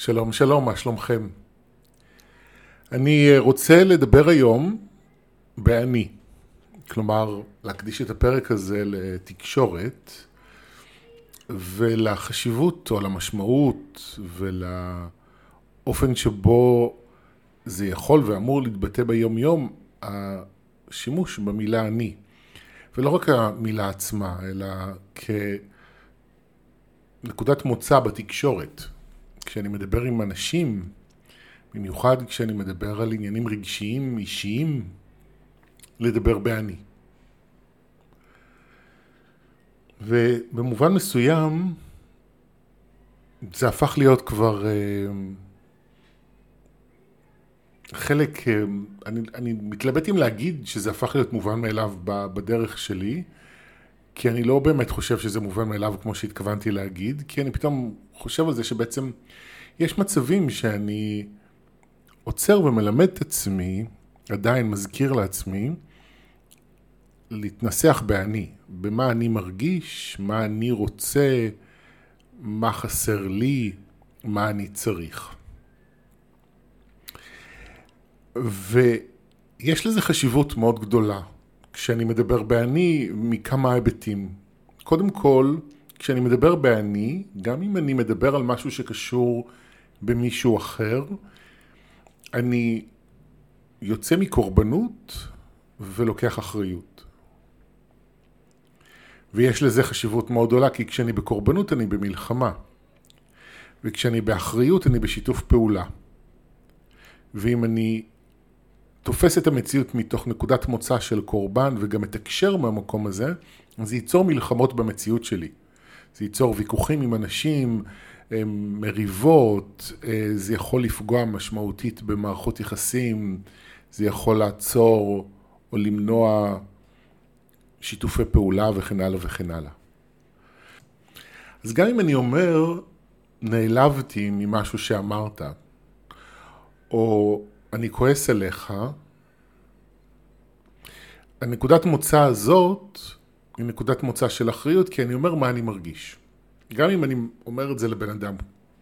שלום, שלום, מה שלומכם? אני רוצה לדבר היום באני. כלומר, להקדיש את הפרק הזה לתקשורת ולחשיבות או למשמעות ולאופן שבו זה יכול ואמור להתבטא ביום יום השימוש במילה אני. ולא רק המילה עצמה, אלא כנקודת מוצא בתקשורת. כשאני מדבר עם אנשים, במיוחד כשאני מדבר על עניינים רגשיים, אישיים, לדבר באני. ובמובן מסוים, זה הפך להיות כבר חלק, אני מתלבט אם להגיד שזה הפך להיות מובן מאליו בדרך שלי, כי אני לא באמת חושב שזה מובן מאליו כמו שהתכוונתי להגיד, כי אני פתאום חושב על זה שבעצם יש מצבים שאני עוצר ומלמד את עצמי, עדיין מזכיר לעצמי, להתנסח באני, במה אני מרגיש, מה אני רוצה, מה חסר לי, מה אני צריך. ויש לזה חשיבות מאוד גדולה, כשאני מדבר באני מכמה היבטים. קודם כל, כשאני מדבר באני, גם אם אני מדבר על משהו שקשור במישהו אחר, אני יוצא מקורבנות ולוקח אחריות. ויש לזה חשיבות מאוד גדולה, כי כשאני בקורבנות אני במלחמה. וכשאני באחריות אני בשיתוף פעולה. ואם אני תופס את המציאות מתוך נקודת מוצא של קורבן וגם מתקשר מהמקום הזה, אז זה ייצור מלחמות במציאות שלי. זה ייצור ויכוחים עם אנשים, מריבות, זה יכול לפגוע משמעותית במערכות יחסים, זה יכול לעצור או למנוע שיתופי פעולה וכן הלאה וכן הלאה. אז גם אם אני אומר, נעלבתי ממשהו שאמרת, או אני כועס עליך, הנקודת מוצא הזאת היא נקודת מוצא של אחריות, כי אני אומר מה אני מרגיש. גם אם אני אומר את זה לבן אדם.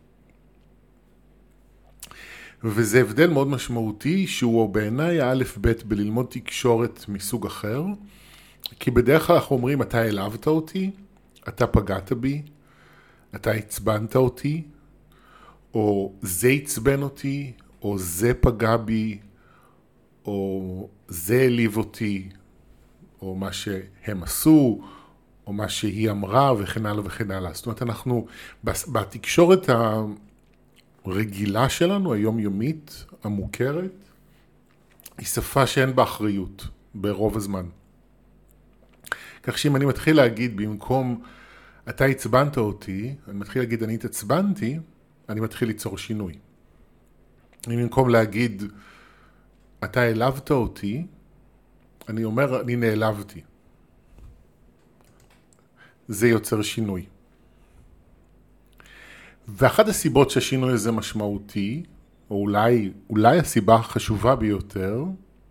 וזה הבדל מאוד משמעותי, שהוא בעיניי האלף בית בללמוד תקשורת מסוג אחר, כי בדרך כלל אנחנו אומרים, אתה העלבת אותי, אתה פגעת בי, אתה הצבנת אותי, או זה הצבן אותי, או זה פגע בי, או זה העליב אותי, או מה שהם עשו, או מה שהיא אמרה, וכן הלאה וכן הלאה. זאת אומרת, אנחנו, בתקשורת הרגילה שלנו, היומיומית, המוכרת, היא שפה שאין בה אחריות, ברוב הזמן. כך שאם אני מתחיל להגיד, במקום, אתה הצבנת אותי, אני מתחיל להגיד, אני התעצבנתי, אני מתחיל ליצור שינוי. במקום להגיד, אתה העלבת אותי, אני אומר, אני נעלבתי. זה יוצר שינוי. ואחת הסיבות שהשינוי הזה משמעותי, או אולי הסיבה החשובה ביותר,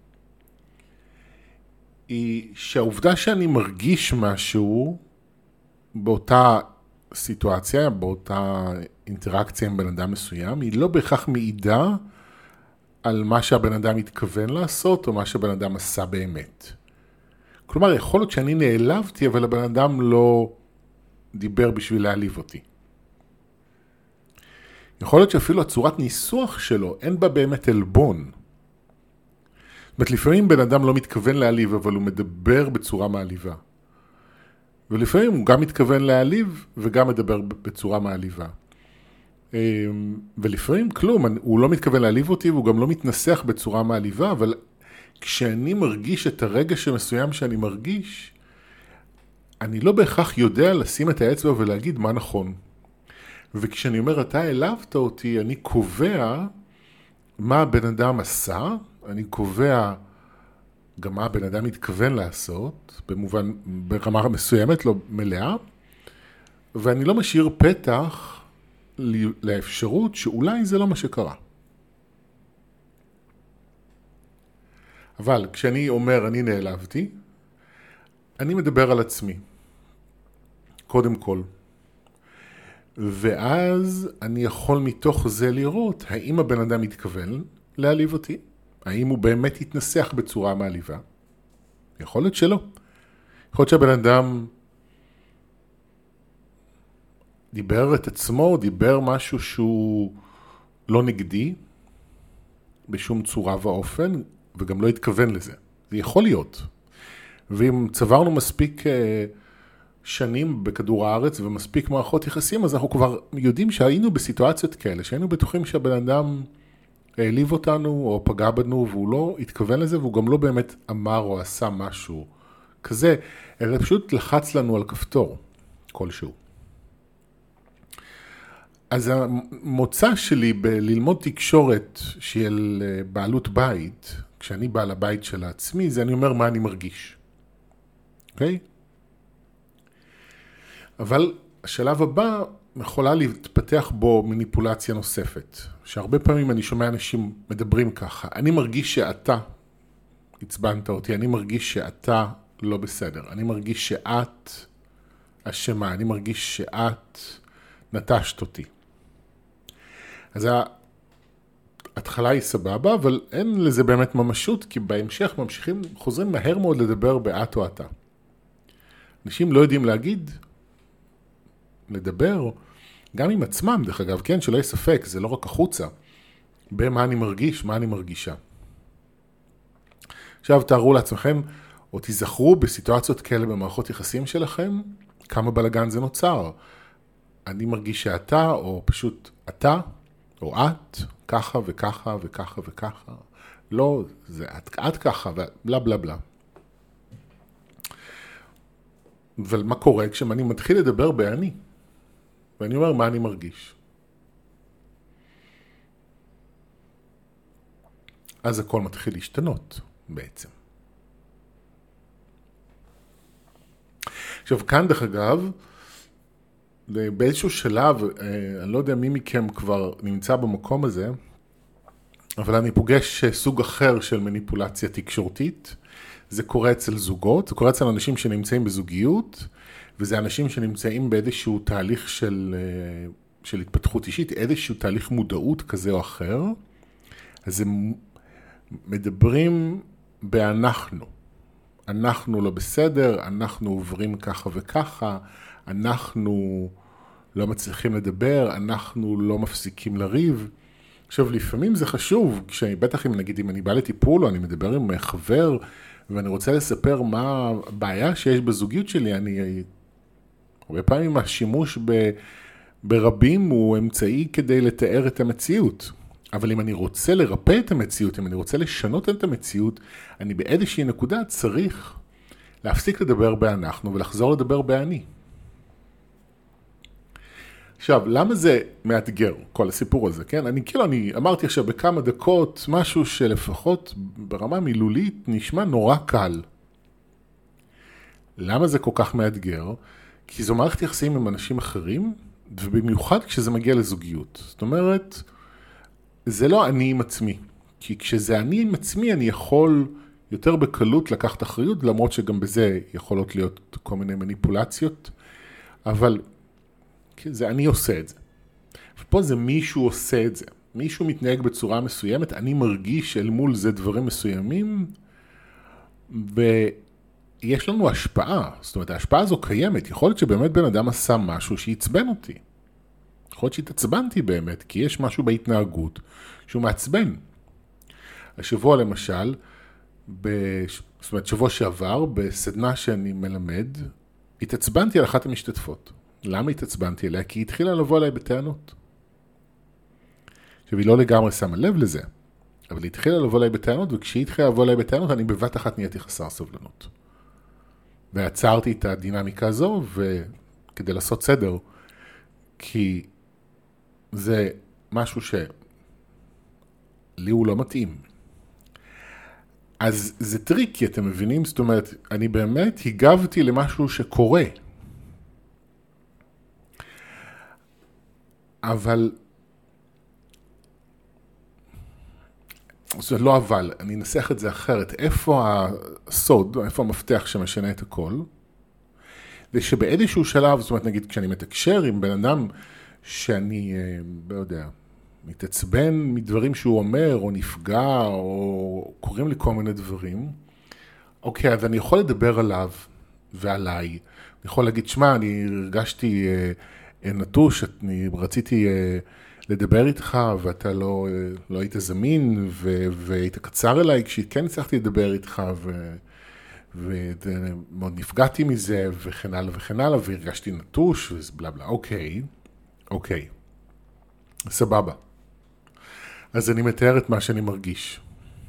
היא שהעובדה שאני מרגיש משהו באותה סיטואציה, באותה אינטראקציה עם בן אדם מסוים, היא לא בהכרח מעידה על מה שהבן אדם התכוון לעשות, או מה שהבן אדם עשה באמת. כלומר, יכול להיות שאני נעלבתי, אבל הבן אדם לא דיבר בשביל להעליב אותי. יכול להיות שאפילו הצורת ניסוח שלו, אין בה באמת עלבון. זאת אומרת, לפעמים בן אדם לא מתכוון להעליב, אבל הוא מדבר בצורה מעליבה. ולפעמים הוא גם מתכוון להעליב, וגם מדבר בצורה מעליבה. ולפעמים כלום, הוא לא מתכוון להעליב אותי, והוא גם לא מתנסח בצורה מעליבה, אבל כשאני מרגיש את הרגע שמסוים שאני מרגיש, אני לא בהכרח יודע לשים את האצבע ולהגיד מה נכון. וכשאני אומר, אתה העלבת אותי, אני קובע מה הבן אדם עשה, אני קובע גם מה הבן אדם מתכוון לעשות, ברמה מסוימת, לא מלאה, ואני לא משאיר פתח לאפשרות שאולי זה לא מה שקרה. אבל כשאני אומר, אני נעלבתי, אני מדבר על עצמי, קודם כל. ואז אני יכול מתוך זה לראות האם הבן אדם מתכוון להעליב אותי, האם הוא באמת יתנסח בצורה מעליבה. יכול להיות שלא. יכול להיות שהבן אדם דיבר את עצמו, דיבר משהו שהוא לא נגדי, בשום צורה ואופן, וגם לא התכוון לזה. זה יכול להיות. ואם צברנו מספיק שנים בכדור הארץ ומספיק מערכות יחסים, אז אנחנו כבר יודעים שהיינו בסיטואציות כאלה, שהיינו בטוחים שהבן אדם העליב אותנו או פגע בנו, והוא לא התכוון לזה, והוא גם לא באמת אמר או עשה משהו כזה, אלא פשוט לחץ לנו על כפתור כלשהו. אז המוצא שלי בללמוד תקשורת של בעלות בית, כשאני בעל הבית של עצמי, זה אני אומר מה אני מרגיש. אוקיי? אבל השלב הבא יכולה להתפתח בו מניפולציה נוספת, שהרבה פעמים אני שומע אנשים מדברים ככה, אני מרגיש שאתה הצבנת אותי, אני מרגיש שאתה לא בסדר, אני מרגיש שאת אשמה, אני מרגיש שאת נטשת אותי. אז ההתחלה היא סבבה, אבל אין לזה באמת ממשות, כי בהמשך חוזרים מהר מאוד לדבר באת או אתה. אנשים לא יודעים לדבר, גם עם עצמם, דרך אגב, כן, שלא יהיה ספק, זה לא רק החוצה, במה אני מרגיש, מה אני מרגישה. עכשיו תארו לעצמכם, או תזכרו בסיטואציות כאלה במערכות יחסים שלכם, כמה בלגן זה נוצר. אני מרגיש שאתה, או פשוט אתה, או את, ככה וככה וככה וככה. לא, זה את ככה, ובלה בלה בלה. אבל מה קורה כשאני מתחיל לדבר באני? ואני אומר מה אני מרגיש. אז הכל מתחיל להשתנות בעצם. עכשיו כאן דרך אגב, באיזשהו שלב, אני לא יודע מי מכם כבר נמצא במקום הזה, אבל אני פוגש סוג אחר של מניפולציה תקשורתית. זה קורה אצל זוגות, זה קורה אצל אנשים שנמצאים בזוגיות, וזה אנשים שנמצאים באיזשהו תהליך של התפתחות אישית, איזשהו תהליך מודעות כזה או אחר. אז הם מדברים באנחנו. אנחנו לא בסדר, אנחנו עוברים ככה וככה, אנחנו לא מצליחים לדבר, אנחנו לא מפסיקים לריב. עכשיו, לפעמים זה חשוב, בטח אם נגיד, אם אני בא לטיפול או אני מדבר עם חבר, ואני רוצה לספר מה הבעיה שיש בזוגיות שלי, הרבה פעמים השימוש ברבים הוא אמצעי כדי לתאר את המציאות. אבל אם אני רוצה לרפא את המציאות, אם אני רוצה לשנות את המציאות, אני באיזושהי נקודה צריך להפסיק לדבר באנחנו ולחזור לדבר באני. עכשיו, למה זה מאתגר, כל הסיפור הזה, כן? אני אמרתי עכשיו בכמה דקות משהו שלפחות ברמה מילולית נשמע נורא קל. למה זה כל כך מאתגר? כי זו מערכת יחסים עם אנשים אחרים, ובמיוחד כשזה מגיע לזוגיות. זאת אומרת, זה לא אני עם עצמי. כי כשזה אני עם עצמי, אני יכול יותר בקלות לקחת אחריות, למרות שגם בזה יכולות להיות כל מיני מניפולציות, אבל זה אני עושה את זה. ופה זה מישהו עושה את זה. מישהו מתנהג בצורה מסוימת, אני מרגיש אל מול זה דברים מסוימים, ויש לנו השפעה. זאת אומרת, ההשפעה הזו קיימת. יכול להיות שבאמת בן אדם עשה משהו שיצבן אותי. יכול להיות שהתעצבנתי באמת, כי יש משהו בהתנהגות שהוא מעצבן. השבוע למשל, זאת אומרת, שבוע שעבר, בסדנה שאני מלמד, התעצבנתי על אחת המשתתפות. למה התעצבנתי אליה? כי היא התחילה לבוא עליי בטענות. עכשיו, היא לא לגמרי שמה לב לזה, אבל היא התחילה לבוא עליי בטענות, וכשהיא התחילה לבוא עליי בטענות, אני בבת אחת נהייתי חסר סבלנות. ועצרתי את הדינמיקה הזו, וכדי לעשות סדר, כי זה משהו שלי הוא לא מתאים. אז זה טריקי, אתם מבינים? זאת אומרת, אני באמת הגבתי למשהו שקורה. אבל, זה לא אבל, אני אנסח את זה אחרת. איפה הסוד, איפה המפתח שמשנה את הכל? ושבאיזשהו שלב, זאת אומרת, נגיד, כשאני מתקשר עם בן אדם שאני, לא יודע, מתעצבן מדברים שהוא אומר, או נפגע, או קוראים לי כל מיני דברים, אוקיי, אז אני יכול לדבר עליו ועליי. אני יכול להגיד, שמע, אני הרגשתי נטוש, אני רציתי לדבר איתך, ואתה לא היית זמין, והיית קצר אליי, כשכן הצלחתי לדבר איתך, ומאוד נפגעתי מזה, וכן הלאה וכן הלאה, והרגשתי נטוש, ובלה בלה. אוקיי, סבבה. אז אני מתאר את מה שאני מרגיש.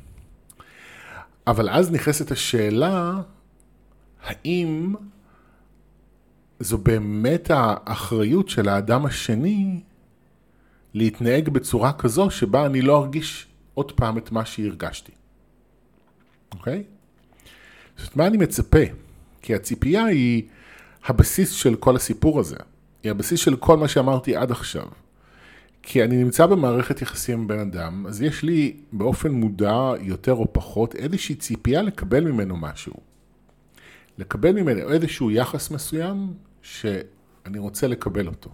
אבל אז נכנסת השאלה, האם זו באמת האחריות של האדם השני להתנהג בצורה כזו שבה אני לא ארגיש עוד פעם את מה שהרגשתי. אוקיי? זאת מה אני מצפה? כי הציפייה היא הבסיס של כל הסיפור הזה. היא הבסיס של כל מה שאמרתי עד עכשיו. כי אני נמצא במערכת יחסים בין אדם, אז יש לי באופן מודע יותר או פחות איזושהי ציפייה לקבל ממנו משהו. לקבל ממנו איזשהו יחס מסוים שאני רוצה לקבל אותו.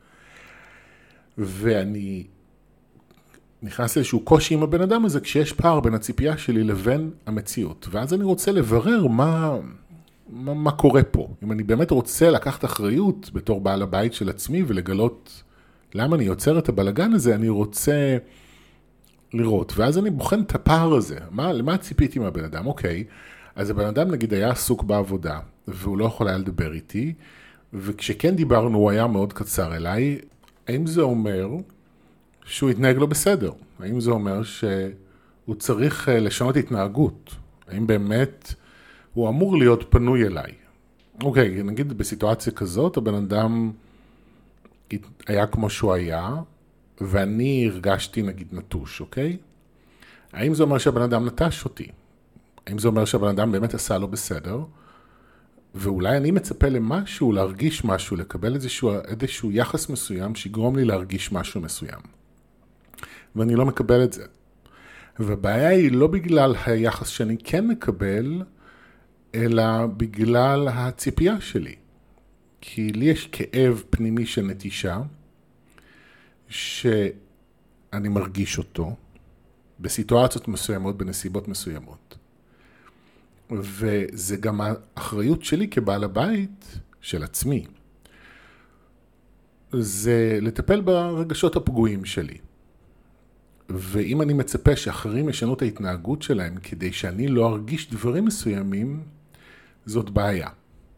ואני נכנס לאיזשהו קושי עם הבן אדם הזה כשיש פער בין הציפייה שלי לבין המציאות. ואז אני רוצה לברר מה קורה פה. אם אני באמת רוצה לקחת אחריות בתור בעל הבית של עצמי ולגלות למה אני יוצר את הבלגן הזה, אני רוצה לראות. ואז אני בוחן את הפער הזה. למה ציפיתי מהבן אדם? אוקיי, אז הבן אדם נגיד היה עסוק בעבודה, והוא לא יכול היה לדבר איתי, וכשכן דיברנו הוא היה מאוד קצר אליי. האם זה אומר שהוא יתנהג לא בסדר? האם זה אומר שהוא צריך לשנות התנהגות? האם באמת הוא אמור להיות פנוי אליי? אוקיי, נגיד בסיטואציה כזאת, הבן אדם היה כמו שהוא היה, ואני הרגשתי נגיד נטוש, אוקיי? האם זה אומר שהבן אדם נטש אותי? האם זה אומר שהבן אדם באמת עשה לו בסדר? ואולי אני מצפה למשהו, להרגיש משהו, לקבל איזשהו יחס מסוים שיגרום לי להרגיש משהו מסוים. ואני לא מקבל את זה. והבעיה היא לא בגלל היחס שאני כן מקבל, אלא בגלל הציפייה שלי. כי לי יש כאב פנימי של נטישה, שאני מרגיש אותו, בסיטואציות מסוימות, בנסיבות מסוימות. וזה גם האחריות שלי כבעל הבית של עצמי. זה לטפל ברגשות הפגועים שלי. ואם אני מצפה שאחרים ישנו את ההתנהגות שלהם כדי שאני לא ארגיש דברים מסוימים, זאת בעיה.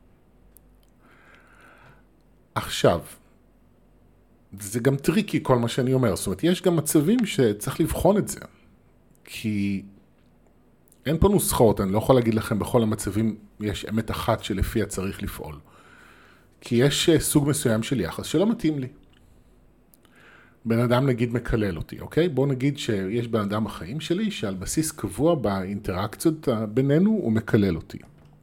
עכשיו, זה גם טריקי כל מה שאני אומר. זאת אומרת, יש גם מצבים שצריך לבחון את זה. כי אין פה נוסחאות, אני לא יכול להגיד לכם בכל המצבים יש אמת אחת שלפיה צריך לפעול. כי יש סוג מסוים של יחס שלא מתאים לי. בן אדם נגיד מקלל אותי, אוקיי? בוא נגיד שיש בן אדם בחיים שלי שעל בסיס קבוע באינטראקציות בינינו הוא מקלל אותי.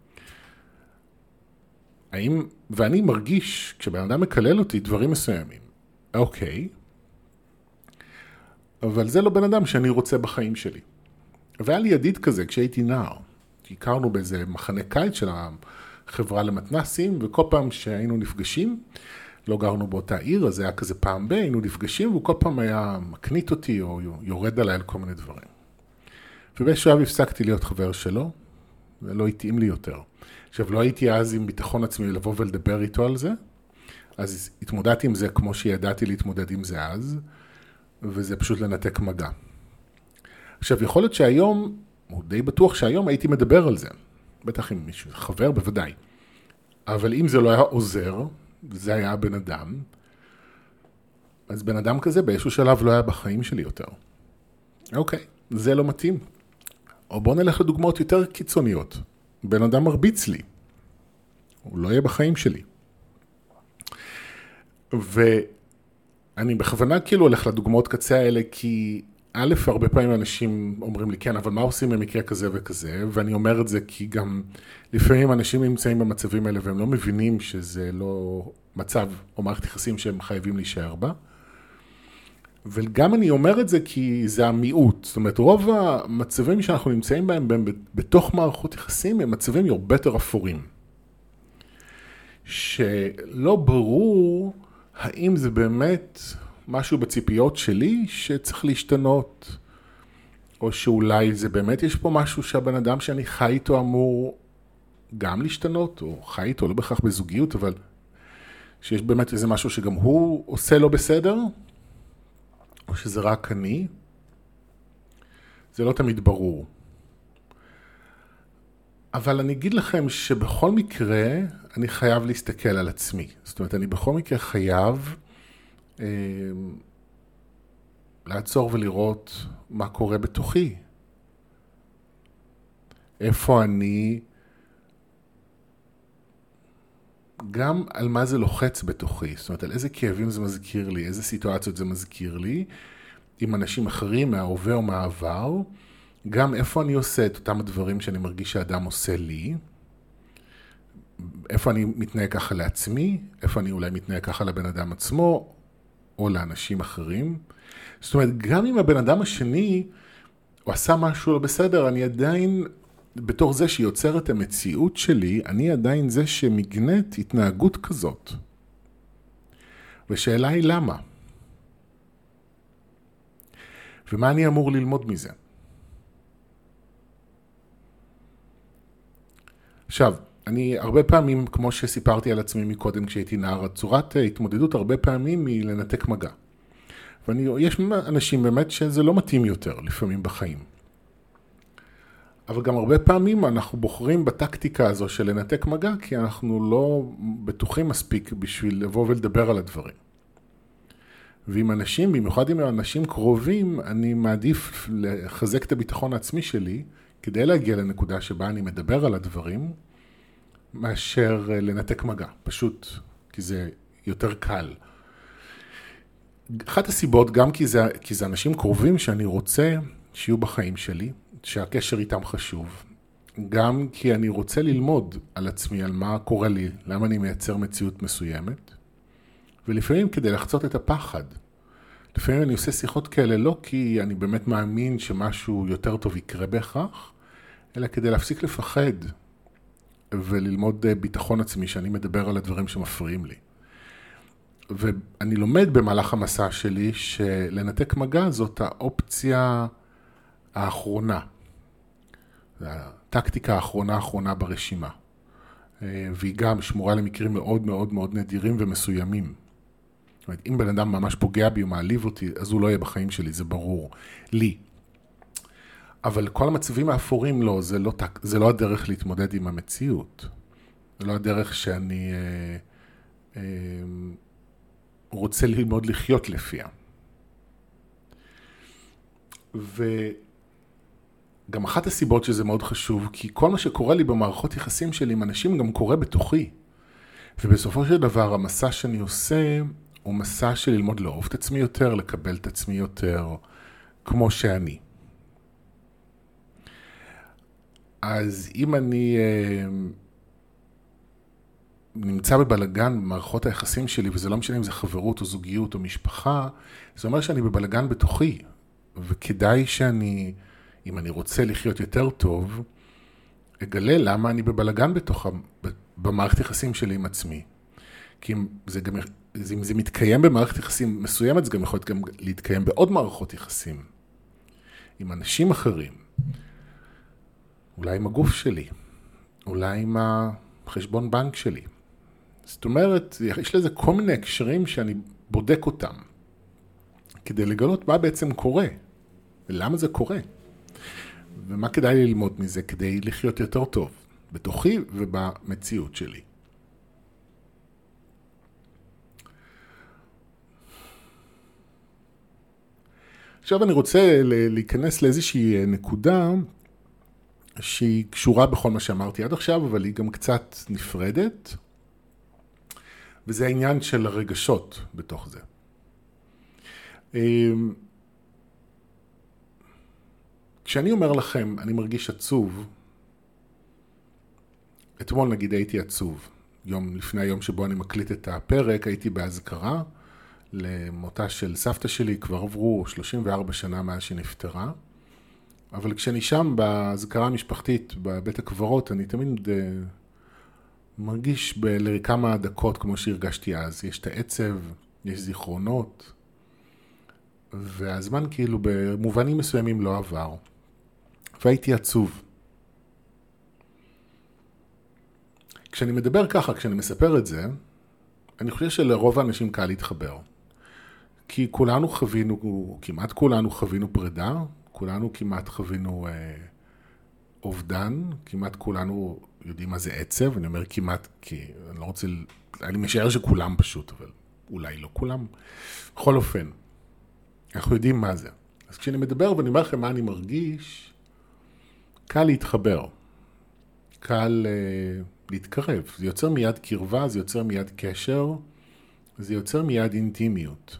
ואני מרגיש כשבן אדם מקלל אותי דברים מסוימים. אוקיי. אבל זה לא בן אדם שאני רוצה בחיים שלי. והיה לי ידיד כזה כשהייתי נער. הכרנו באיזה מחנה קיץ של החברה למתנסים, וכל פעם שהיינו נפגשים, לא גרנו באותה עיר, אז היה כזה פעם היינו נפגשים, והוא כל פעם היה מקנית אותי או יורד עליי על כל מיני דברים. ובאיזשהו שלב הפסקתי להיות חבר שלו, ולא התאים לי יותר. עכשיו, לא הייתי אז עם ביטחון עצמי לבוא ולדבר איתו על זה, אז התמודדתי עם זה כמו שידעתי להתמודד עם זה אז, וזה פשוט לנתק מגע. עכשיו, יכול להיות שהיום, הוא די בטוח שהיום הייתי מדבר על זה. בטח עם מישהו, חבר בוודאי. אבל אם זה לא היה עוזר, זה היה בן אדם, אז בן אדם כזה באיזשהו שלב לא היה בחיים שלי יותר. אוקיי, זה לא מתאים. או בוא נלך לדוגמאות יותר קיצוניות. בן אדם מרביץ לי. הוא לא יהיה בחיים שלי. ואני בכוונה כאילו הולך לדוגמאות קצה האלה, כי א', הרבה פעמים אנשים אומרים לי, כן, אבל מה עושים במקרה כזה וכזה? ואני אומר את זה כי גם לפעמים אנשים נמצאים במצבים האלה, והם לא מבינים שזה לא מצב או מערכת יחסים שהם חייבים להישאר בה. וגם אני אומר את זה כי זה המיעוט. זאת אומרת, רוב המצבים שאנחנו נמצאים בהם בתוך מערכות יחסים, הם מצבים הרבה יותר אפורים. שלא ברור האם זה באמת משהו בציפיות שלי שצריך להשתנות? או שאולי זה באמת יש פה משהו שהבן אדם שאני חי איתו אמור גם להשתנות, או חי איתו, לא בהכרח בזוגיות, אבל שיש באמת איזה משהו שגם הוא עושה לא בסדר, או שזה רק אני, זה לא תמיד ברור. אבל אני אגיד לכם שבכל מקרה אני חייב להסתכל על עצמי. זאת אומרת, אני בכל מקרה חייב לעצור ולראות מה קורה בתוכי. איפה אני, גם על מה זה לוחץ בתוכי. זאת אומרת, על איזה כאבים זה מזכיר לי, איזה סיטואציות זה מזכיר לי, עם אנשים אחרים מההווה או מהעבר, גם איפה אני עושה את אותם הדברים שאני מרגיש שהאדם עושה לי, איפה אני מתנהג ככה לעצמי, איפה אני אולי מתנהג ככה לבן אדם עצמו, או לאנשים אחרים. זאת אומרת, גם אם הבן אדם השני, הוא עשה משהו לא בסדר, אני עדיין, בתור זה שיוצר את המציאות שלי, אני עדיין זה שמגנט התנהגות כזאת. ושאלה היא למה? ומה אני אמור ללמוד מזה? עכשיו, אני הרבה פעמים, כמו שסיפרתי על עצמי מקודם כשהייתי נער, צורת התמודדות הרבה פעמים היא לנתק מגע. ויש אנשים באמת שזה לא מתאים יותר לפעמים בחיים. אבל גם הרבה פעמים אנחנו בוחרים בטקטיקה הזו של לנתק מגע, כי אנחנו לא בטוחים מספיק בשביל לבוא ולדבר על הדברים. ועם אנשים, במיוחד עם אנשים קרובים, אני מעדיף לחזק את הביטחון העצמי שלי, כדי להגיע לנקודה שבה אני מדבר על הדברים, מאשר לנתק מגע. פשוט, כי זה יותר קל. אחת הסיבות, גם כי זה אנשים קרובים שאני רוצה שיהיו בחיים שלי, שהקשר איתם חשוב. גם כי אני רוצה ללמוד על עצמי, על מה קורה לי, למה אני מייצר מציאות מסוימת. ולפעמים כדי לחצות את הפחד. לפעמים אני עושה שיחות כאלה לא כי אני באמת מאמין שמשהו יותר טוב יקרה בהכרח, אלא כדי להפסיק לפחד וללמוד ביטחון עצמי שאני מדבר על הדברים שמפריעים לי. ואני לומד במהלך המסע שלי שלנתק מגע זאת האופציה האחרונה. הטקטיקה האחרונה ברשימה. והיא גם שמורה למקרים מאוד מאוד מאוד נדירים ומסוימים. זאת אומרת, אם בן אדם ממש פוגע בי ומעליב אותי, אז הוא לא יהיה בחיים שלי, זה ברור. לי. אבל כל המצבים האפורים לא, זה לא הדרך להתמודד עם המציאות. זה לא הדרך שאני רוצה ללמוד לחיות לפיה. וגם אחת הסיבות שזה מאוד חשוב, כי כל מה שקורה לי במערכות יחסים שלי עם אנשים גם קורה בתוכי. ובסופו של דבר, המסע שאני עושה, הוא מסע של ללמוד לאהוב את עצמי יותר, לקבל את עצמי יותר, כמו שאני. אז אם אני נמצא בבלגן במערכות היחסים שלי, וזה לא משנה אם זה חברות או זוגיות או משפחה, זה אומר שאני בבלגן בתוכי, וכדאי שאני, אם אני רוצה לחיות יותר טוב, אגלה למה אני בבלגן במערכת יחסים שלי עם עצמי. כי אם זה מתקיים במערכת יחסים מסוימת, זה גם יכול גם להתקיים בעוד מערכות יחסים, עם אנשים אחרים. אולי עם הגוף שלי, אולי עם החשבון בנק שלי. זאת אומרת, יש לזה כל מיני הקשרים שאני בודק אותם, כדי לגלות מה בעצם קורה, ולמה זה קורה, ומה כדאי ללמוד מזה כדי לחיות יותר טוב, בתוכי ובמציאות שלי. עכשיו אני רוצה להיכנס לאיזושהי נקודה, שהיא קשורה בכל מה שאמרתי עד עכשיו, אבל היא גם קצת נפרדת, וזה העניין של הרגשות בתוך זה. כשאני אומר לכם, אני מרגיש עצוב, אתמול נגיד הייתי עצוב, לפני היום שבו אני מקליט את הפרק, הייתי בהזכרה למותה של סבתא שלי, כבר עברו 34 שנה מאז שנפטרה, אבל כשאני שם בהזכרה המשפחתית, בבית הקברות, אני תמיד מרגיש לכמה דקות כמו שהרגשתי אז. יש את העצב, יש זיכרונות, והזמן כאילו במובנים מסוימים לא עבר. והייתי עצוב. כשאני מדבר ככה, כשאני מספר את זה, אני חושב שלרוב האנשים קל להתחבר. כי כולנו חווינו, כמעט כולנו חווינו פרידה, כולנו כמעט חווינו אובדן, כמעט כולנו יודעים מה זה עצב, אני אומר כמעט, כי אני לא רוצה, אני משער שכולם פשוט, אבל אולי לא כולם. בכל אופן, אנחנו יודעים מה זה. אז כשאני מדבר ואני אומר לכם מה אני מרגיש, קל להתחבר, קל להתקרב. זה יוצר מיד קרבה, זה יוצר מיד קשר, זה יוצר מיד אינטימיות.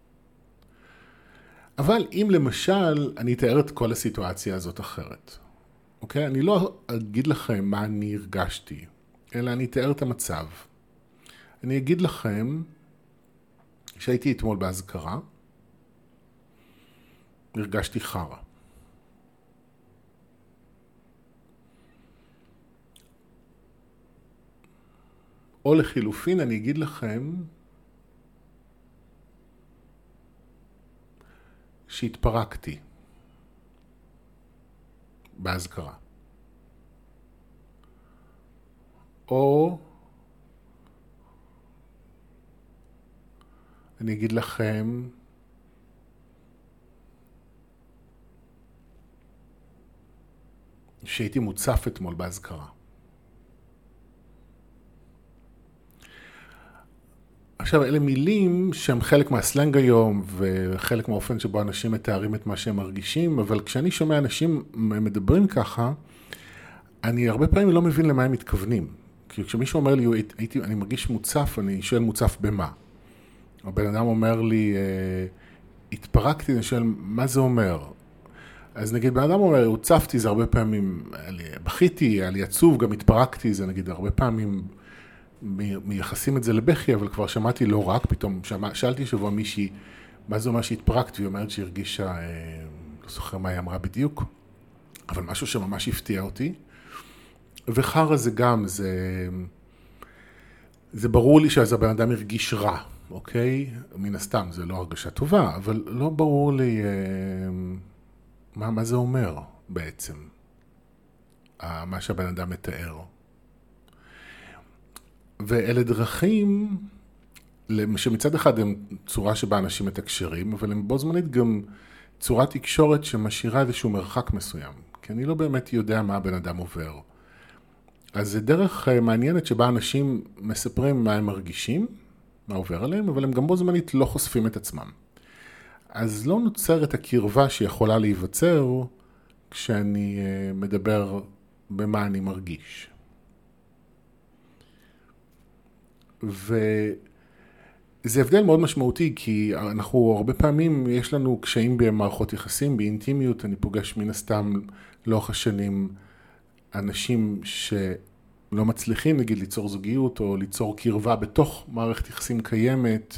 אבל אם למשל אני אתאר את כל הסיטואציה הזאת אחרת, אוקיי? אני לא אגיד לכם מה אני הרגשתי, אלא אני אתאר את המצב. אני אגיד לכם שהייתי אתמול בהזכרה, הרגשתי חרא. או לחילופין אני אגיד לכם שהתפרקתי בהזכרה. או אני אגיד לכם שהייתי מוצף אתמול בהזכרה. עכשיו, אלה מילים שהם חלק מהסלנג היום, וחלק מהאופן שבו אנשים מתארים את מה שהם מרגישים, אבל כשאני שומע אנשים מדברים ככה, אני הרבה פעמים לא מבין למה הם מתכוונים. כי כשמישהו אומר לי, אני מרגיש מוצף, אני שואל מוצף במה? הבן אדם אומר לי, התפרקתי, אני שואל, מה זה אומר? אז נגיד, בן אדם אומר, הוצפתי, זה הרבה פעמים, בכיתי, היה לי עצוב, גם התפרקתי, זה נגיד, הרבה פעמים מייחסים את זה לבכי, אבל כבר שמעתי לא רק, פתאום שאלתי שבוע מישהי, מה זה אומר שהתפרקת, והיא אומרת שהרגישה, לא זוכר מה היא אמרה בדיוק, אבל משהו שממש הפתיע אותי. וחרא זה גם, זה ברור לי שאז הבן אדם הרגיש רע, אוקיי? מן הסתם, זה לא הרגשה טובה, אבל לא ברור לי מה זה אומר בעצם, מה שהבן אדם מתאר. ואלה דרכים שמצד אחד הם צורה שבה אנשים מתקשרים, אבל הם בו זמנית גם צורת תקשורת שמשאירה איזשהו מרחק מסוים, כי אני לא באמת יודע מה הבן אדם עובר. אז זה דרך מעניינת שבה אנשים מספרים מה הם מרגישים, מה עובר עליהם, אבל הם גם בו זמנית לא חושפים את עצמם. אז לא נוצרת הקרבה שיכולה להיווצר כשאני מדבר במה אני מרגיש. וזה הבדל מאוד משמעותי, כי אנחנו הרבה פעמים, יש לנו קשיים במערכות יחסים, באינטימיות. אני פוגש מן הסתם לאורך השנים אנשים שלא מצליחים, נגיד, ליצור זוגיות או ליצור קרבה בתוך מערכת יחסים קיימת,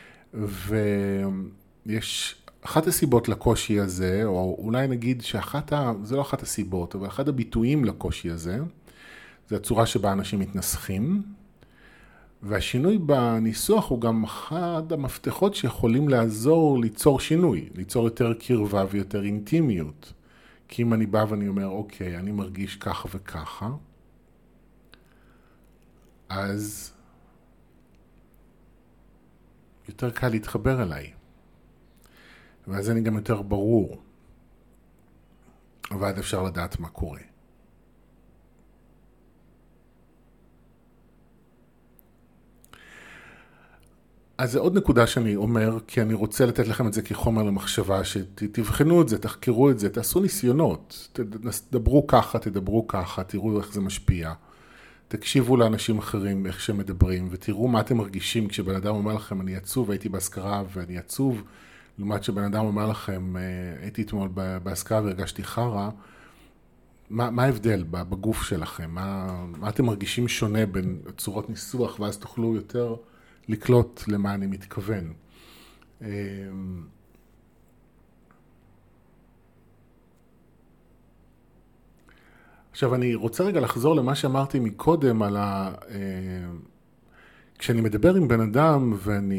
ויש אחת הסיבות לקושי הזה, או אולי נגיד זה לא אחת הסיבות, אבל אחד הביטויים לקושי הזה, זה הצורה שבה אנשים מתנסחים, והשינוי בניסוח הוא גם אחד המפתחות שיכולים לעזור ליצור שינוי, ליצור יותר קרבה ויותר אינטימיות. כי אם אני בא ואני אומר, אוקיי, אני מרגיש ככה וככה, אז יותר קל להתחבר אליי. ואז אני גם יותר ברור. ואז אפשר לדעת מה קורה. אז זה עוד נקודה שאני אומר, כי אני רוצה לתת לכם את זה כחומר למחשבה, שתבחנו את זה, תחקרו את זה, תעשו ניסיונות, תדברו ככה, תראו איך זה משפיע, תקשיבו לאנשים אחרים, איך שהם מדברים, ותראו מה אתם מרגישים כשבן אדם אומר לכם, אני עצוב, הייתי בהזכרה ואני עצוב, לעומת שבן אדם אומר לכם, הייתי אתמול בהזכרה והרגשתי חרא, מה ההבדל בגוף שלכם? מה אתם מרגישים שונה בין צורות ניסוח, ואז תוכלו יותר לקלוט למה אני מתכוון. עכשיו אני רוצה רגע לחזור למה שאמרתי מקודם על כשאני מדבר עם בן אדם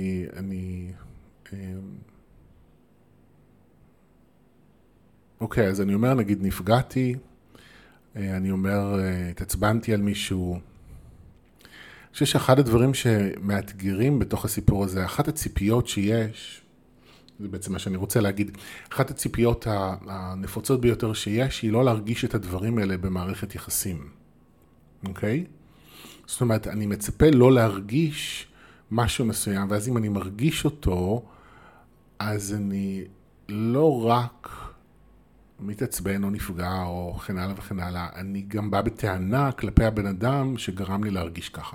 אוקיי, אז אני אומר, נגיד, נפגעתי, אני אומר, התעצבנתי על מישהו. אני חושב שאחד הדברים שמאתגרים בתוך הסיפור הזה, אחת הציפיות שיש, זה בעצם מה שאני רוצה להגיד, אחת הציפיות הנפוצות ביותר שיש, היא לא להרגיש את הדברים האלה במערכת יחסים. אוקיי? זאת אומרת, אני מצפה לא להרגיש משהו מסוים, ואז אם אני מרגיש אותו, אז אני לא רק מתעצבן או נפגע או כן הלאה וכן הלאה, אני גם בא בטענה כלפי הבן אדם שגרם לי להרגיש ככה.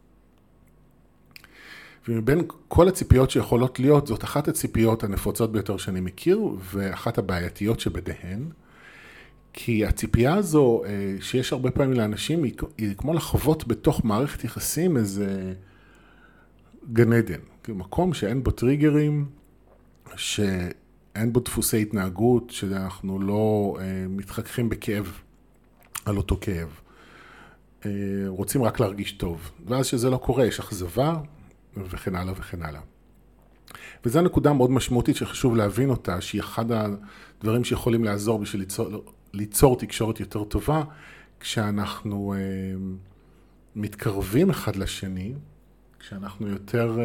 ומבין כל הציפיות שיכולות להיות, זאת אחת הציפיות הנפוצות ביותר שאני מכיר, ואחת הבעייתיות שבדהן, כי הציפייה הזו שיש הרבה פעמים לאנשים, היא כמו לחוות בתוך מערכת יחסים איזה גן עדן. מקום שאין בו טריגרים, שאין בו דפוסי התנהגות, שאנחנו לא מתחככים בכאב על אותו כאב. רוצים רק להרגיש טוב. ואז שזה לא קורה, יש אכזבה וכן הלאה וכן הלאה. וזו נקודה מאוד משמעותית שחשוב להבין אותה, שהיא אחד הדברים שיכולים לעזור בשביל ליצור תקשורת יותר טובה, כשאנחנו מתקרבים אחד לשני, כשאנחנו יותר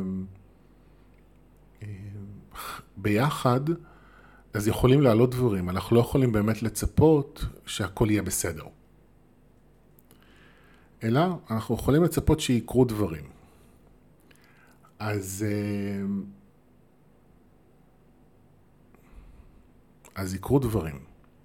ביחד, אז יכולים לעלות דברים. אנחנו לא יכולים באמת לצפות שהכל יהיה בסדר. אלא אנחנו יכולים לצפות שיקרו דברים. אז יקרו דברים.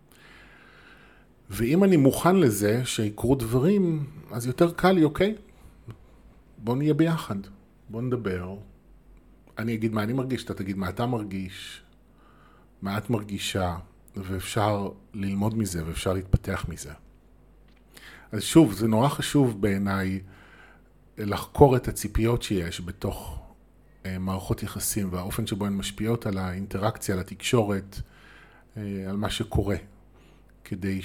ואם אני מוכן לזה שיקרו דברים, אז יותר קל לי, אוקיי? בוא נהיה ביחד. בוא נדבר. אני אגיד מה אני מרגיש, אתה תגיד מה אתה מרגיש, מה את מרגישה, ואפשר ללמוד מזה, ואפשר להתפתח מזה. אז שוב, זה נורא חשוב בעיניי לחקור את הציפיות שיש בתוך מערכות יחסים, והאופן שבו הן משפיעות על האינטראקציה, על התקשורת, על מה שקורה, כדי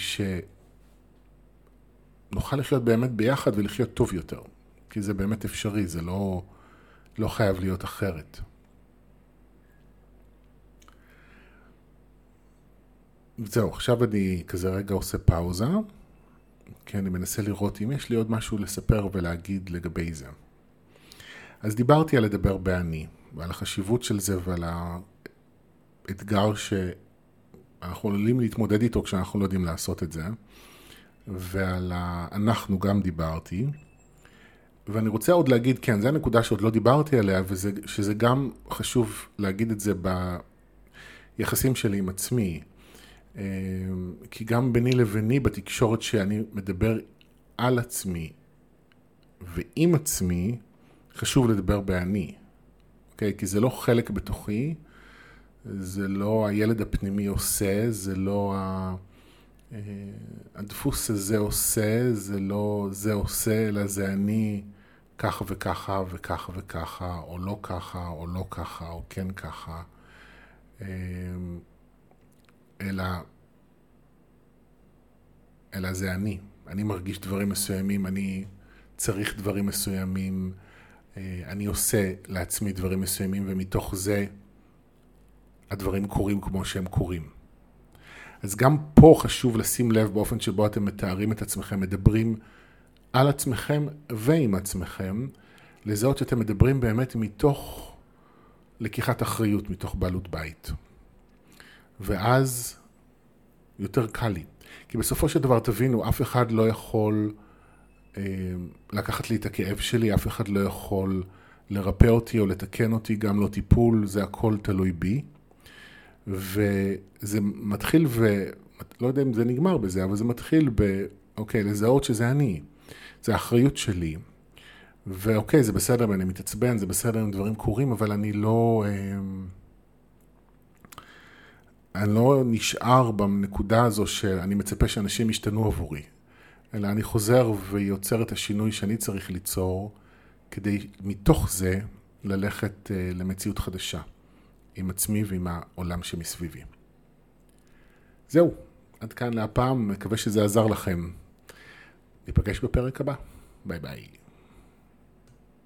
שנוכל לחיות באמת ביחד ולחיות טוב יותר. כי זה באמת אפשרי, זה לא חייב להיות אחרת. זהו, עכשיו אני כזה רגע עושה פאוזה, כי אני מנסה לראות אם יש לי עוד משהו לספר ולהגיד לגבי זה. אז דיברתי על לדבר באני, ועל החשיבות של זה ועל האתגר שאנחנו עלולים להתמודד איתו כשאנחנו לא יודעים לעשות את זה, ועל אנחנו גם דיברתי, ואני רוצה עוד להגיד, כן, זו הנקודה שעוד לא דיברתי עליה, שזה גם חשוב להגיד את זה ביחסים שלי עם עצמי, כי גם ביני לביני בתקשורת שאני מדבר על עצמי ועם עצמי, חשוב לדבר באני. אוקיי? כי זה לא חלק בתוכי, זה לא הילד הפנימי עושה, זה לא הדפוס הזה עושה, זה לא זה עושה, אלא זה אני ככה וככה וככה וככה, או לא ככה, או לא ככה, או כן ככה. אלא זה אני מרגיש דברים מסוימים, אני צריך דברים מסוימים, אני עושה לעצמי דברים מסוימים, ומתוך זה הדברים קורים כמו שהם קורים. אז גם פה חשוב לשים לב באופן שבו אתם מתארים את עצמכם, מדברים על עצמכם ועם עצמכם, לזהות שאתם מדברים באמת מתוך לקיחת אחריות, מתוך בעלות בית. ואז יותר קל לי. כי בסופו של דבר תבינו, אף אחד לא יכול לקחת לי את הכאב שלי, אף אחד לא יכול לרפא אותי או לתקן אותי, גם לא טיפול, זה הכל תלוי בי. וזה מתחיל לא יודע אם זה נגמר בזה, אבל זה מתחיל אוקיי, לזהות שזה אני. זה האחריות שלי. ואוקיי, זה בסדר, ואני מתעצבן, זה בסדר אם דברים קורים, אבל אני לא נשאר בנקודה הזו שאני מצפה שאנשים ישתנו עבורי. אלא אני חוזר ויוצר את השינוי שאני צריך ליצור, כדי מתוך זה ללכת למציאות חדשה, עם עצמי ועם העולם שמסביבי. זהו, עד כאן להפעם, מקווה שזה עזר לכם. ניפגש בפרק הבא. ביי ביי.